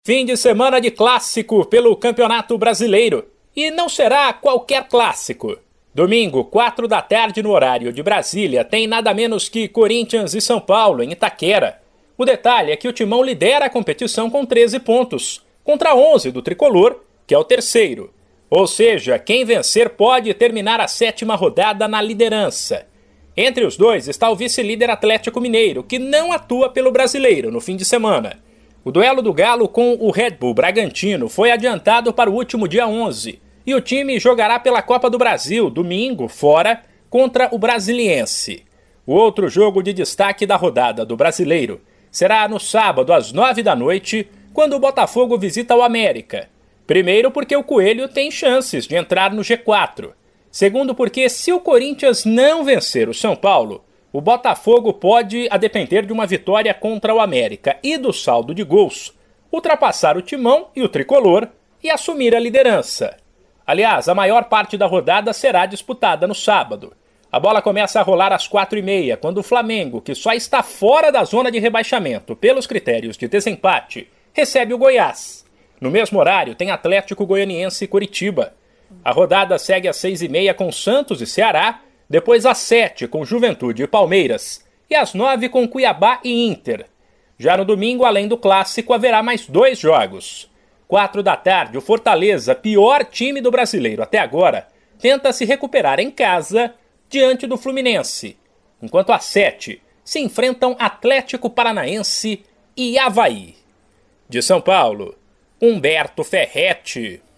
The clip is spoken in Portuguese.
Fim de semana de clássico pelo Campeonato Brasileiro. E não será qualquer clássico. Domingo, 4 da tarde no horário de Brasília, tem nada menos que Corinthians e São Paulo, em Itaquera. O detalhe é que o Timão lidera a competição com 13 pontos, contra 11 do Tricolor, que é o terceiro. Ou seja, quem vencer pode terminar a 7ª rodada na liderança. Entre os dois está o vice-líder Atlético Mineiro, que não atua pelo Brasileiro no fim de semana. O duelo do Galo com o Red Bull Bragantino foi adiantado para o último dia 11 e o time jogará pela Copa do Brasil, domingo, fora, contra o Brasiliense. O outro jogo de destaque da rodada do Brasileiro será no sábado às 9 da noite, quando o Botafogo visita o América. Primeiro porque o Coelho tem chances de entrar no G4. Segundo porque se o Corinthians não vencer o São Paulo, o Botafogo pode, a depender de uma vitória contra o América e do saldo de gols, ultrapassar o Timão e o Tricolor e assumir a liderança. Aliás, a maior parte da rodada será disputada no sábado. A bola começa a rolar às 4h30, quando o Flamengo, que só está fora da zona de rebaixamento pelos critérios de desempate, recebe o Goiás. No mesmo horário tem Atlético Goianiense e Coritiba. A rodada segue às 6h30 com Santos e Ceará, depois às 7 com Juventude e Palmeiras, e às 9 com Cuiabá e Inter. Já no domingo, além do clássico, haverá mais 2 jogos. 4 da tarde, o Fortaleza, pior time do Brasileiro até agora, tenta se recuperar em casa diante do Fluminense, enquanto às 7 se enfrentam Atlético Paranaense e Avaí. De São Paulo, Humberto Ferretti.